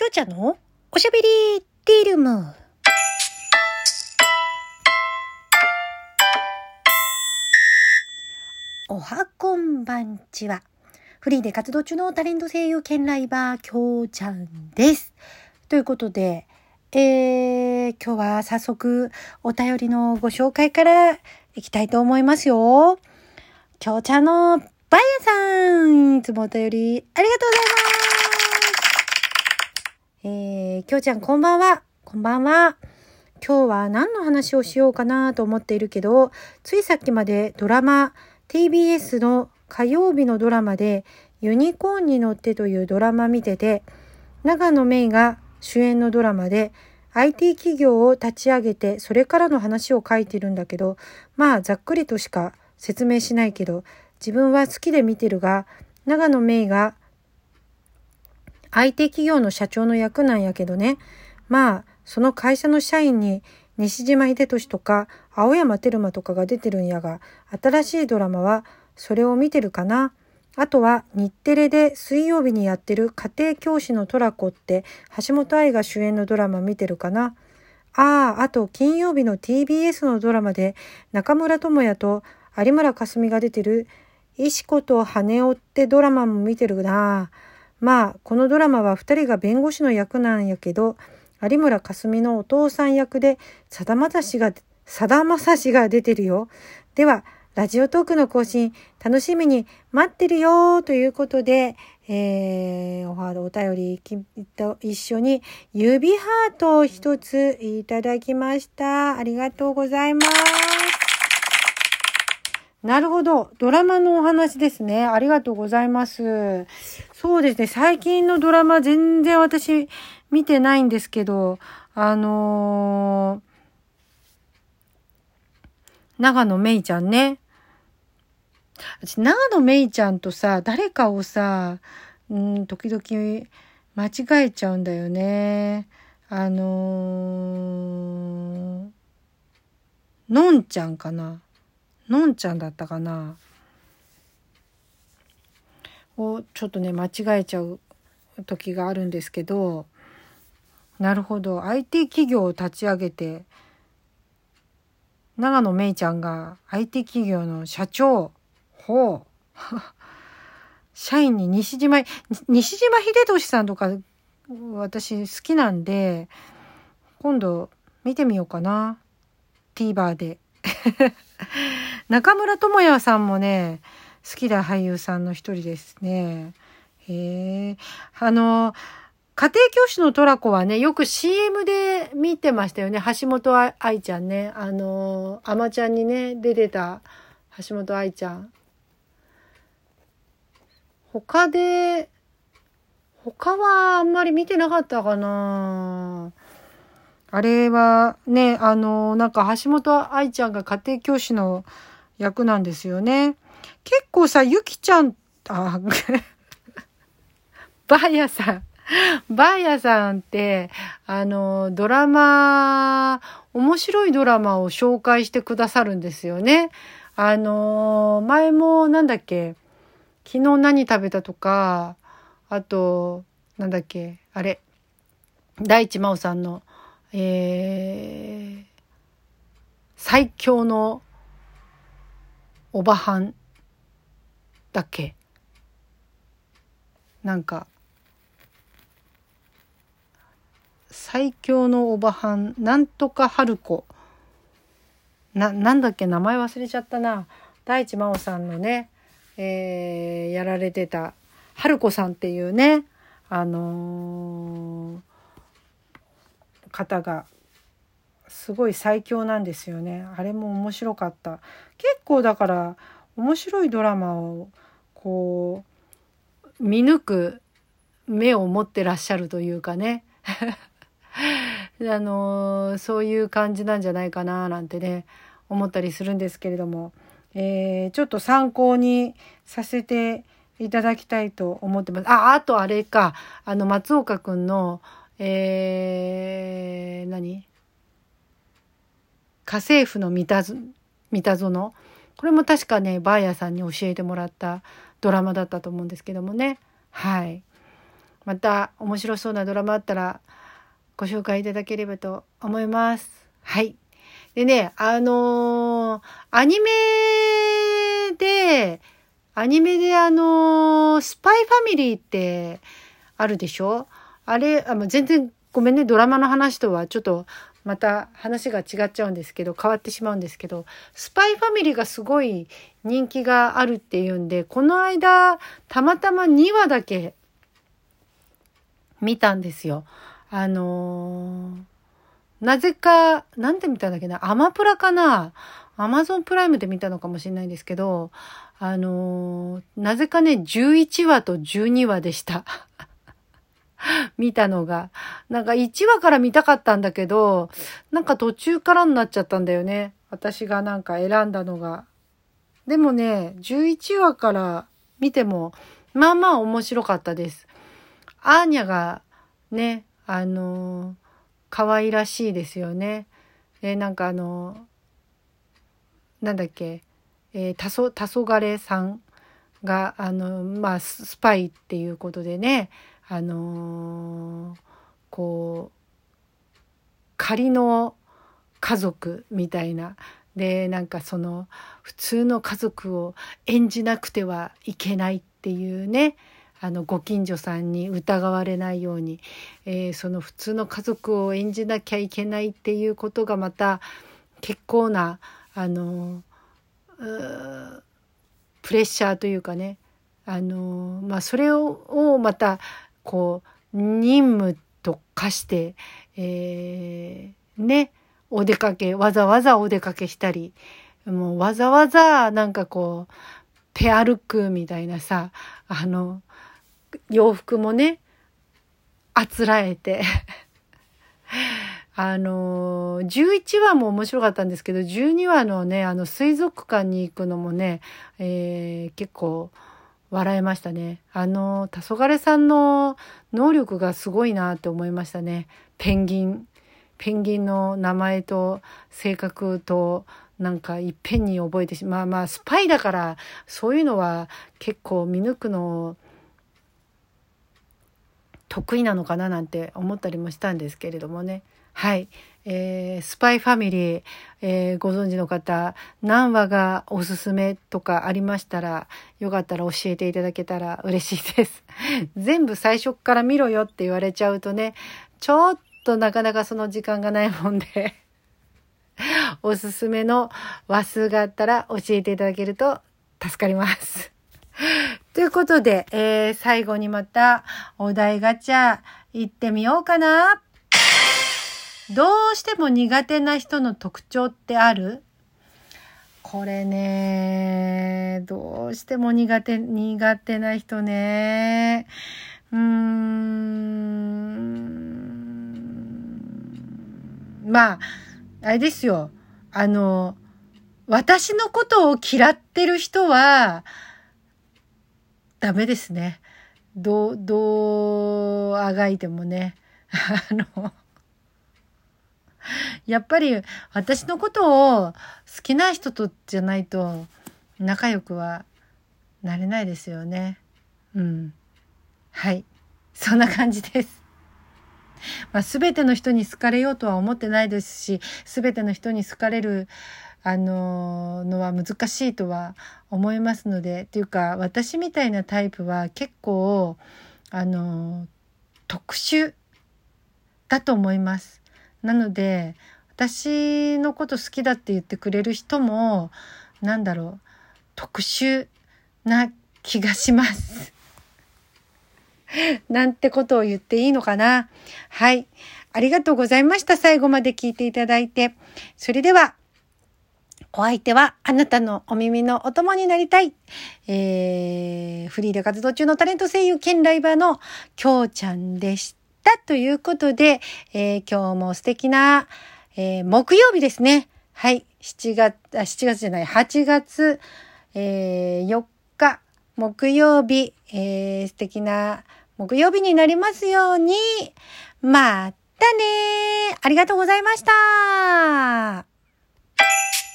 ょうちゃんのおしゃべりティールム。おはこんばんちは。フリーで活動中のタレント声優兼ライバーきょうちゃんです。ということで、今日は早速お便りのご紹介からいきたいと思いますよ。きょうちゃんのバイヤさん、いつもお便りありがとうございます。きょうちゃんこんばんは。こんばんは。今日は何の話をしようかなと思っているけど、ついさっきまでドラマ TBS の火曜日のドラマでユニコーンに乗ってというドラマ見てて、永野芽郁が主演のドラマで IT 企業を立ち上げてそれからの話を書いてるんだけど、まあざっくりとしか説明しないけど、自分は好きで見てるが、永野芽郁がIT 企業の社長の役なんやけどね。まあその会社の社員に西島秀俊とか青山テルマとかが出てるんやが、新しいドラマはそれを見てるかな。あとは日テレで水曜日にやってる家庭教師のトラコって橋本愛が主演のドラマ見てるかな。あと金曜日の TBS のドラマで中村倫也と有村架純が出てる石子と羽男ってドラマも見てるな。まあこのドラマは2人が弁護士の役なんやけど、有村架純のお父さん役でさだまさしが出てるよ。ではラジオトークの更新楽しみに待ってるよということで、お便りと一緒に指ハートを一ついただきました。ありがとうございます。なるほど。ドラマのお話ですね。ありがとうございます。そうですね。最近のドラマ全然私見てないんですけど、長野芽郁ちゃんね。長野芽郁ちゃんとさ、誰かをさ、時々間違えちゃうんだよね。のんちゃんかな。のんちゃんだったかな。をちょっとね、間違えちゃう時があるんですけど、なるほど。IT 企業を立ち上げて、長野芽郁ちゃんが IT 企業の社長。ほう。社員に西島秀俊さんとか私好きなんで、今度見てみようかな。TVer で。中村倫也さんもね、好きな俳優さんの一人ですね。家庭教師のトラコはね、よく CM で見てましたよね。橋本愛ちゃんね。アマちゃんにね、出てた橋本愛ちゃん。他はあんまり見てなかったかな。あれはね、なんか橋本愛ちゃんが家庭教師の役なんですよね。結構さ、ゆきちゃん、バーヤさんって、ドラマ、面白いドラマを紹介してくださるんですよね。前もなんだっけ、昨日何食べたとか、あと、なんだっけ、あれ、大地真央さんの、最強のおばはんだっけ、なんか、最強のおばはん、なんとか春子。なんだっけ、名前忘れちゃったな。大地真央さんのね、やられてた春子さんっていうね、方がすごい最強なんですよね。あれも面白かった。結構だから面白いドラマをこう見抜く目を持ってらっしゃるというかねそういう感じなんじゃないかななんてね思ったりするんですけれども、ちょっと参考にさせていただきたいと思ってます。あとあれか、松岡くんの家政婦の三田園、これも確かねバーヤさんに教えてもらったドラマだったと思うんですけどもね。はい。 また面白そうなドラマあったらご紹介いただければと思います。はい。でね、アニメでスパイファミリーってあるでしょ？あれ、全然ごめんね、ドラマの話とはちょっとまた話が違っちゃうんですけど、変わってしまうんですけど、スパイファミリーがすごい人気があるっていうんで、この間たまたま2話だけ見たんですよ。なぜか、なんで見たんだっけな、アマプラかな、アマゾンプライムで見たのかもしれないんですけど、なぜかね、11話と12話でした。見たのが。なんか1話から見たかったんだけど、なんか途中からになっちゃったんだよね。私がなんか選んだのが。でもね、11話から見ても、まあまあ面白かったです。アーニャがね、可愛らしいですよね。なんかなんだっけ、黄昏さんが、スパイっていうことでね、こう、仮の家族みたいな。で、なんかその、普通の家族を演じなくてはいけないっていうね、ご近所さんに疑われないように、その普通の家族を演じなきゃいけないっていうことがまた結構なプレッシャーというかね、それをまたこう任務と化して、ね、わざわざお出かけしたり、もうわざわざなんかこうペアルックみたいなさ、洋服もね、あつらえて11話も面白かったんですけど、12話のね、水族館に行くのもね、結構笑えましたね。黄昏さんの能力がすごいなって思いましたね。ペンギンの名前と性格となんかいっぺんに覚えてスパイだからそういうのは結構見抜くの得意なのかななんて思ったりもしたんですけれどもね。はい。スパイファミリー、ご存知の方、何話がおすすめとかありましたら、よかったら教えていただけたら嬉しいです。全部最初から見ろよって言われちゃうとね、ちょっとなかなかその時間がないもんで、おすすめの話数があったら教えていただけると助かります。ということで、最後にまたお題ガチャ行ってみようかな。どうしても苦手な人の特徴ってある？これね、どうしても苦手な人ね。あれですよ。私のことを嫌ってる人はダメですね。どうあがいてもね。やっぱり私のことを好きな人とじゃないと仲良くはなれないですよね。はい。そんな感じです。全ての人に好かれようとは思ってないですし、全ての人に好かれるのは難しいとは思いますので、っていうか私みたいなタイプは結構特殊だと思います。なので私のこと好きだって言ってくれる人も特殊な気がしますなんてことを言っていいのかな。はい、ありがとうございました。最後まで聞いていただいて。それではお相手はあなたのお耳のお供になりたい、フリーで活動中のタレント声優兼ライバーのきょうちゃんでした。ということで、今日も素敵な、木曜日ですね。はい。8月、4日木曜日、素敵な木曜日になりますように。またね。ありがとうございました。